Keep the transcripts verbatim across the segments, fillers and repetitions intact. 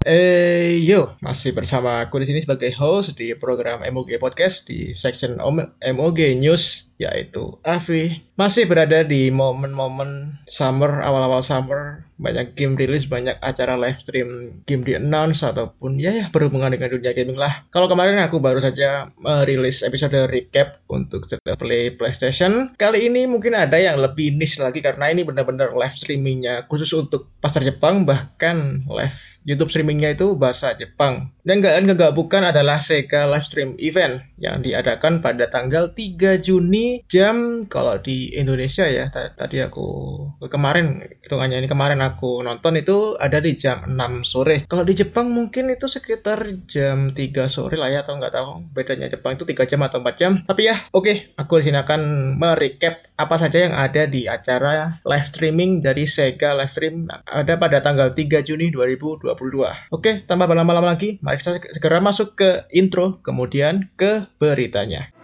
Eh, yo, masih bersama aku di sini sebagai host di program M O G Podcast di section Om- M O G News, yaitu Avi. Masih berada di momen-momen summer, awal-awal summer, banyak game rilis, banyak acara live stream game di announce ataupun ya ya berhubungan dengan dunia gaming lah. Kalau kemarin aku baru saja merilis episode recap untuk State of Play PlayStation. Kali ini mungkin ada yang lebih niche lagi karena ini benar-benar live streamingnya khusus untuk pasar Jepang, bahkan live YouTube streamingnya itu bahasa Jepang. Dan kalian gak bukan adalah Sega Live Stream Event yang diadakan pada tanggal tiga Juni jam kalau di Indonesia ya. Tadi aku kemarin hitungannya ini kemarin aku nonton itu ada di jam enam sore. Kalau di Jepang mungkin itu sekitar jam tiga sore lah ya, atau nggak tahu bedanya Jepang itu tiga jam atau empat jam. Tapi ya, oke, okay, aku di sini akan merecap apa saja yang ada di acara live streaming dari Sega Live Stream ada pada tanggal tiga Juni dua ribu dua puluh dua. Oke, tanpa berlama-lama lagi, mari kita segera masuk ke intro, kemudian ke beritanya.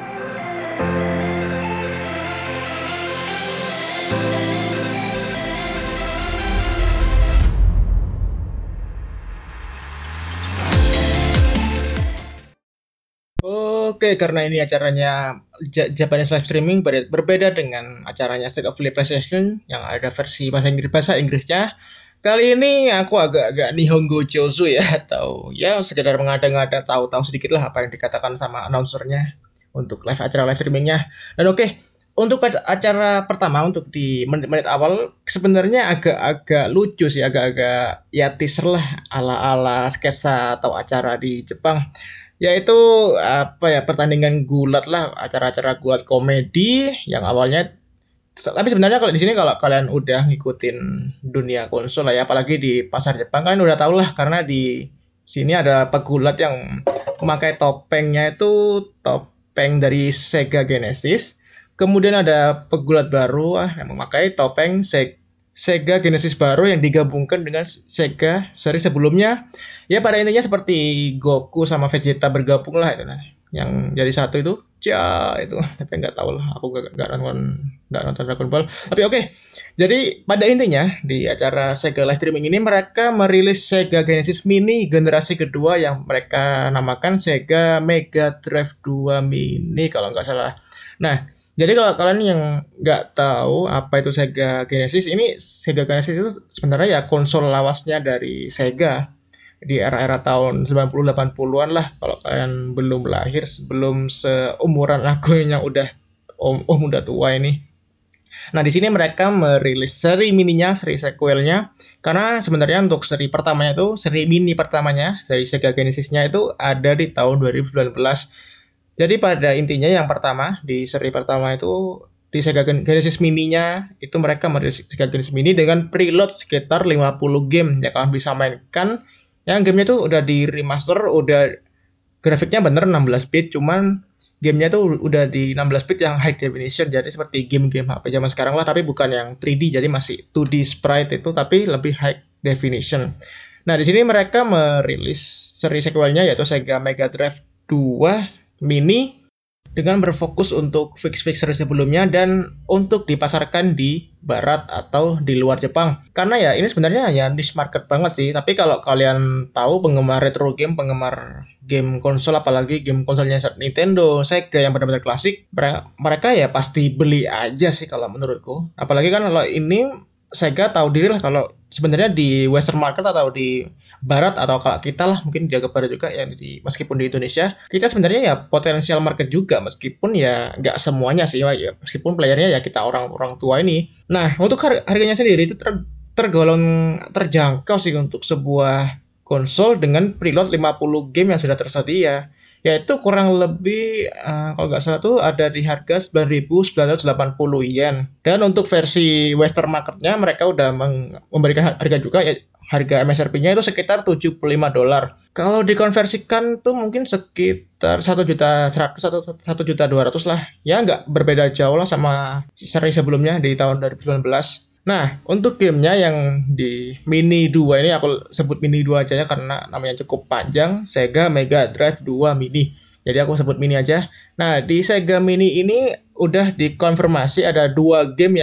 Oke, karena ini acaranya Japanese live streaming berbeda dengan acaranya State of Play PlayStation yang ada versi bahasa Inggris bahasa Inggrisnya. Kali ini aku agak-agak Nihongo Jozu ya, atau ya sekedar mengada-ngada tahu-tahu sedikit lah apa yang dikatakan sama announcernya untuk live acara live streamingnya. Dan oke, okay, untuk acara pertama untuk di menit-menit awal sebenarnya agak-agak lucu sih, agak-agak ya teaser lah ala-ala sketsa atau acara di Jepang. Yaitu apa ya, pertandingan gulat lah, acara-acara gulat komedi yang awalnya, tapi sebenarnya kalau di sini kalau kalian udah ngikutin dunia konsol lah ya, apalagi di pasar Jepang kalian udah tau lah, karena di sini ada pegulat yang memakai topengnya itu topeng dari Sega Genesis. Kemudian ada pegulat baru ah, yang memakai topeng Sega Sega Genesis baru yang digabungkan dengan Sega seri sebelumnya. Ya pada intinya seperti Goku sama Vegeta bergabung lah itu nah. Yang jadi satu itu, ja itu. Tapi nggak tahu lah, aku nggak nggak nonton nggak nonton Dragon Ball. Tapi oke. Okay. Jadi pada intinya di acara Sega Live Streaming ini mereka merilis Sega Genesis Mini generasi kedua yang mereka namakan Sega Mega Drive dua Mini kalau nggak salah. Nah, jadi kalau kalian yang nggak tahu apa itu Sega Genesis, ini Sega Genesis itu sebenarnya ya konsol lawasnya dari Sega di era-era tahun sembilan puluh delapan puluhan lah. Kalau kalian belum lahir, sebelum seumuran aku yang udah om om udah tua ini. Nah, di sini mereka merilis seri mininya, seri sequelnya, karena sebenarnya untuk seri pertamanya itu, seri mini pertamanya dari Sega Genesisnya itu ada di tahun dua ribu sembilan belas. Jadi pada intinya yang pertama di seri pertama itu di Sega Genesis Mini-nya itu mereka merilis Sega Genesis Mini dengan preload sekitar lima puluh game yang kalian bisa mainkan. Yang gamenya tuh udah di remaster, udah grafiknya bener enam belas bit, cuman gamenya tuh udah di enam belas bit yang high definition, jadi seperti game-game H P zaman sekarang lah, tapi bukan yang tiga D, jadi masih dua D sprite itu, tapi lebih high definition. Nah, di sini mereka merilis seri sequelnya yaitu Sega Mega Drive dua Mini dengan berfokus untuk fix-fix seri sebelumnya dan untuk dipasarkan di barat atau di luar Jepang. Karena ya ini sebenarnya ya niche market banget sih, tapi kalau kalian tahu penggemar retro game, penggemar game konsol, apalagi game konsolnya Nintendo, Sega yang benar-benar klasik, mereka ya pasti beli aja sih kalau menurutku. Apalagi kan kalau ini Sega tahu diri lah kalau sebenarnya di Western market atau di barat, atau kalau kita lah mungkin dianggap barat juga ya, di meskipun di Indonesia kita sebenarnya ya potensial market juga, meskipun ya nggak semuanya sih ya, meskipun playernya ya kita orang-orang tua ini. Nah, untuk har- harganya sendiri itu ter- tergolong terjangkau sih untuk sebuah konsol dengan preload lima puluh game yang sudah tersedia, yaitu kurang lebih uh, kalau nggak salah tuh ada di harga sembilan ribu sembilan ratus delapan puluh yen. Dan untuk versi Western marketnya mereka udah memberikan harga juga ya, harga M S R P-nya itu sekitar tujuh puluh lima dolar. Kalau dikonversikan tuh mungkin sekitar satu juta seratus atau satu juta dua ratus lah. Ya nggak berbeda jauh lah sama seri sebelumnya di tahun dua ribu sembilan belas. Nah, untuk gamenya yang di Mini dua ini aku sebut Mini dua aja ya karena namanya cukup panjang, Sega Mega Drive dua Mini. Jadi aku sebut Mini aja. Nah, di Sega Mini ini udah dikonfirmasi ada dua game yang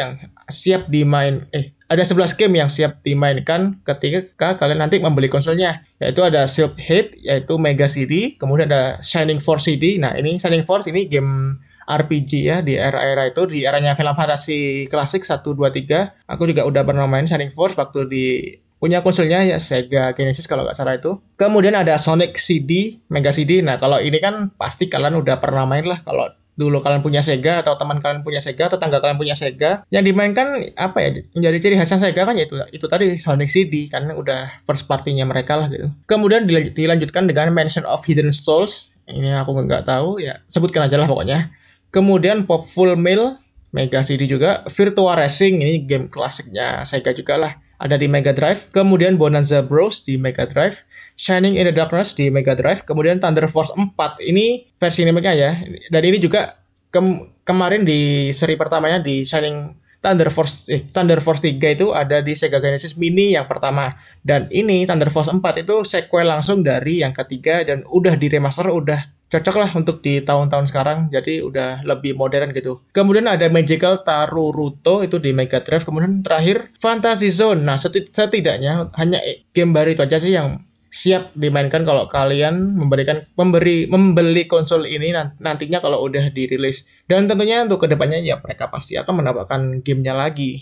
siap dimain eh ada sebelas game yang siap dimainkan ketika kalian nanti membeli konsolnya. Yaitu ada Shield Hate, yaitu Mega C D, kemudian ada Shining Force C D. Nah, ini Shining Force ini game R P G ya di era-era itu, di eranya Final Fantasy klasik satu, dua, tiga. Aku juga udah pernah main Shining Force waktu di punya konsolnya ya Sega Genesis kalau nggak salah itu. Kemudian ada Sonic C D, Mega C D. Nah, kalau ini kan pasti kalian udah pernah main lah kalau dulu kalian punya Sega atau teman kalian punya Sega, tetangga kalian punya Sega. Yang dimainkan apa ya? Menjadi ciri khasnya Sega kan yaitu itu tadi Sonic C D karena udah first party-nya mereka lah gitu. Kemudian dilanjutkan dengan Mansion of Hidden Souls. Ini aku nggak tahu ya, sebutkan aja lah pokoknya. Kemudian Pop Full Meal, Mega C D juga. Virtua Racing, ini game klasiknya Sega juga lah. Ada di Mega Drive. Kemudian Bonanza Bros di Mega Drive. Shining in the Darkness di Mega Drive. Kemudian Thunder Force empat. Ini versi remake-nya ya. Dan ini juga ke- kemarin di seri pertamanya di Shining Thunder Force eh, Thunder Force tiga itu ada di Sega Genesis Mini yang pertama. Dan ini Thunder Force empat itu sequel langsung dari yang ketiga dan udah di remaster, udah cocok lah untuk di tahun-tahun sekarang, jadi udah lebih modern gitu. Kemudian ada Magical Taruruto itu di Mega Drive. Kemudian terakhir Fantasy Zone. Nah, setidaknya hanya game baru itu aja sih yang siap dimainkan kalau kalian memberikan memberi membeli konsol ini nantinya kalau udah dirilis. Dan tentunya untuk kedepannya ya mereka pasti akan menambahkan gamenya lagi.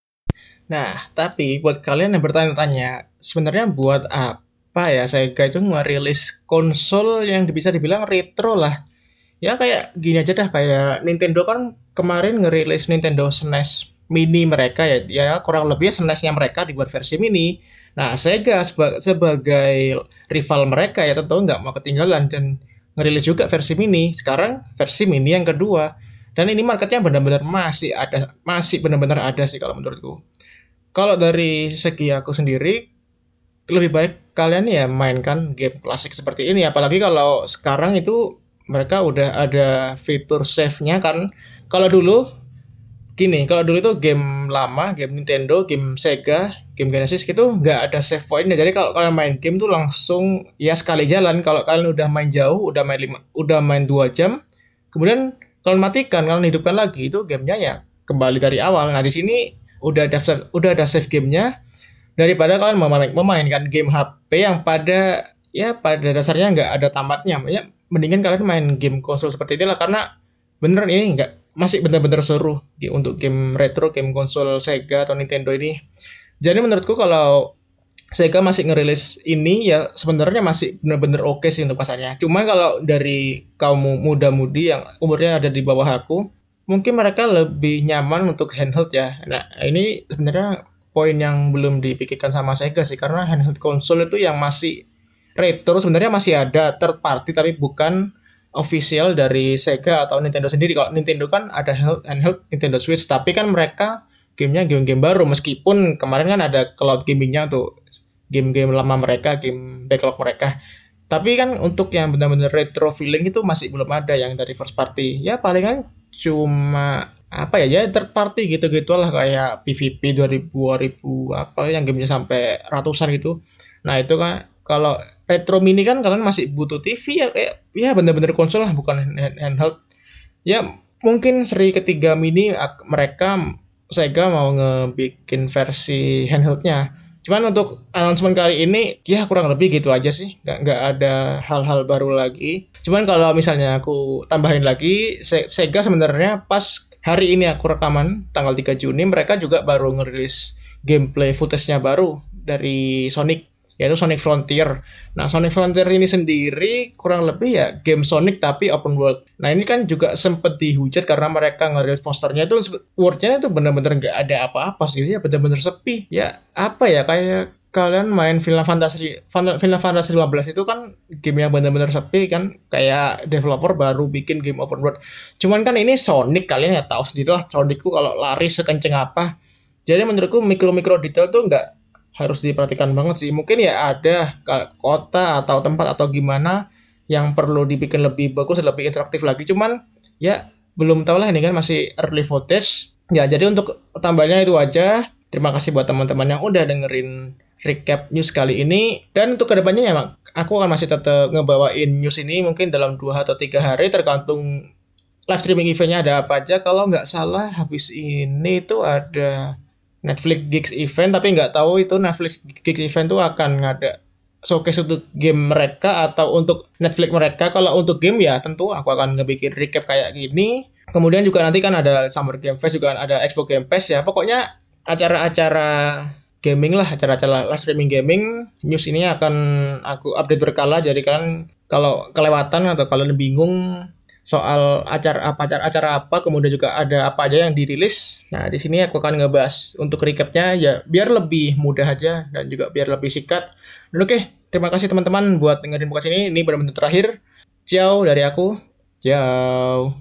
Nah, tapi buat kalian yang bertanya-tanya, sebenarnya buat apa ya Sega itu ngerilis konsol yang bisa dibilang retro lah. Ya kayak gini aja dah, kayak Nintendo kan kemarin ngerilis Nintendo S N E S mini mereka ya, ya kurang lebih S N E S-nya mereka dibuat versi mini. Nah, Sega seba- sebagai rival mereka ya tentu nggak mau ketinggalan dan ngerilis juga versi mini. Sekarang versi mini yang kedua. Dan ini marketnya benar-benar masih ada, masih benar-benar ada sih kalau menurutku. Kalau dari segi aku sendiri, lebih baik kalian ya mainkan game klasik seperti ini. Apalagi kalau sekarang itu mereka udah ada fitur save-nya kan. Kalau dulu, gini, kalau dulu itu game lama, game Nintendo, game Sega, game Genesis gitu nggak ada save point-nya. Jadi kalau kalian main game tuh langsung ya sekali jalan. Kalau kalian udah main jauh, udah main lima, udah main dua jam, kemudian kalian matikan, kalian hidupkan lagi, itu gamenya ya kembali dari awal. Nah, di sini udah ada udah ada save gamenya, daripada kalian memain, memainkan game H P yang pada ya pada dasarnya nggak ada tamatnya. Ya mendingan kalian main game konsol seperti inilah karena bener ini nggak masih bener-bener seru di untuk game retro, game konsol Sega atau Nintendo ini. Jadi menurutku kalau Sega masih ngerilis ini ya sebenarnya masih bener-bener oke sih untuk pasarnya. Cuman kalau dari kaum muda-mudi yang umurnya ada di bawah aku, mungkin mereka lebih nyaman untuk handheld ya. Nah, ini sebenarnya poin yang belum dipikirkan sama Sega sih, karena handheld konsol itu yang masih retro sebenarnya masih ada third party tapi bukan official dari Sega atau Nintendo sendiri. Kalau Nintendo kan ada handheld, handheld Nintendo Switch, tapi kan mereka gamenya game-game baru, meskipun kemarin kan ada cloud gamingnya untuk game-game lama mereka, game backlog mereka. Tapi kan untuk yang benar-benar retro feeling itu masih belum ada yang dari first party. Ya palingan cuma apa ya, ya third party gitu-gitu lah kayak P V P dua ribu, dua ribu apa yang gamenya sampai ratusan gitu. Nah, itu kan kalau retro mini kan kalian masih butuh T V ya, kayak ya bener-bener konsol lah, bukan hand- handheld. Ya mungkin seri ketiga mini ak- mereka Sega mau ngebikin versi handheldnya. Cuman untuk announcement kali ini ya kurang lebih gitu aja sih, nggak nggak ada hal-hal baru lagi. Cuman kalau misalnya aku tambahin lagi, Se- Sega sebenarnya pas hari ini aku rekaman tanggal tiga Juni mereka juga baru ngerilis gameplay footage-nya baru dari Sonic, yaitu Sonic Frontier. Nah, Sonic Frontier ini sendiri kurang lebih ya game Sonic tapi open world. Nah, ini kan juga sempet dihujat karena mereka ngerilis posternya itu world-nya itu benar-benar nggak ada apa-apa sih, ya benar-benar sepi. Ya apa ya, kayak kalian main Final Fantasy Fan- Final Fantasy lima belas itu kan game yang benar-benar sepi kan, kayak developer baru bikin game open world. Cuman kan ini Sonic, kalian ya tahu sendiri lah Sonicku kalau lari sekenceng apa. Jadi menurutku mikro-mikro detail tuh nggak harus diperhatikan banget sih. Mungkin ya ada kota atau tempat atau gimana yang perlu dibikin lebih bagus, lebih interaktif lagi. Cuman ya belum tahu lah, ini kan masih early footage. Ya jadi untuk tambahnya itu aja. Terima kasih buat teman-teman yang udah dengerin recap news kali ini. Dan untuk kedepannya ya aku akan masih tetap ngebawain news ini mungkin dalam dua atau tiga hari tergantung live streaming eventnya ada apa aja. Kalau nggak salah habis ini tuh ada Netflix Gigs Event, tapi nggak tahu itu Netflix Gigs Event tuh akan ngada showcase untuk game mereka atau untuk Netflix mereka. Kalau untuk game ya tentu aku akan ngebikin recap kayak gini. Kemudian juga nanti kan ada Summer Game Fest, juga ada Expo Game Pass ya. Pokoknya acara-acara gaming lah, acara-acara live streaming gaming. News ini akan aku update berkala, jadi kalian kalau kelewatan atau kalian bingung soal acara apa acara, acara apa, kemudian juga ada apa aja yang dirilis. Nah, di sini aku akan ngebahas untuk recapnya ya biar lebih mudah aja dan juga biar lebih singkat. Dan oke, terima kasih teman-teman buat dengerin podcast ini. Ini benar-benar terakhir. Ciao dari aku. Ciao.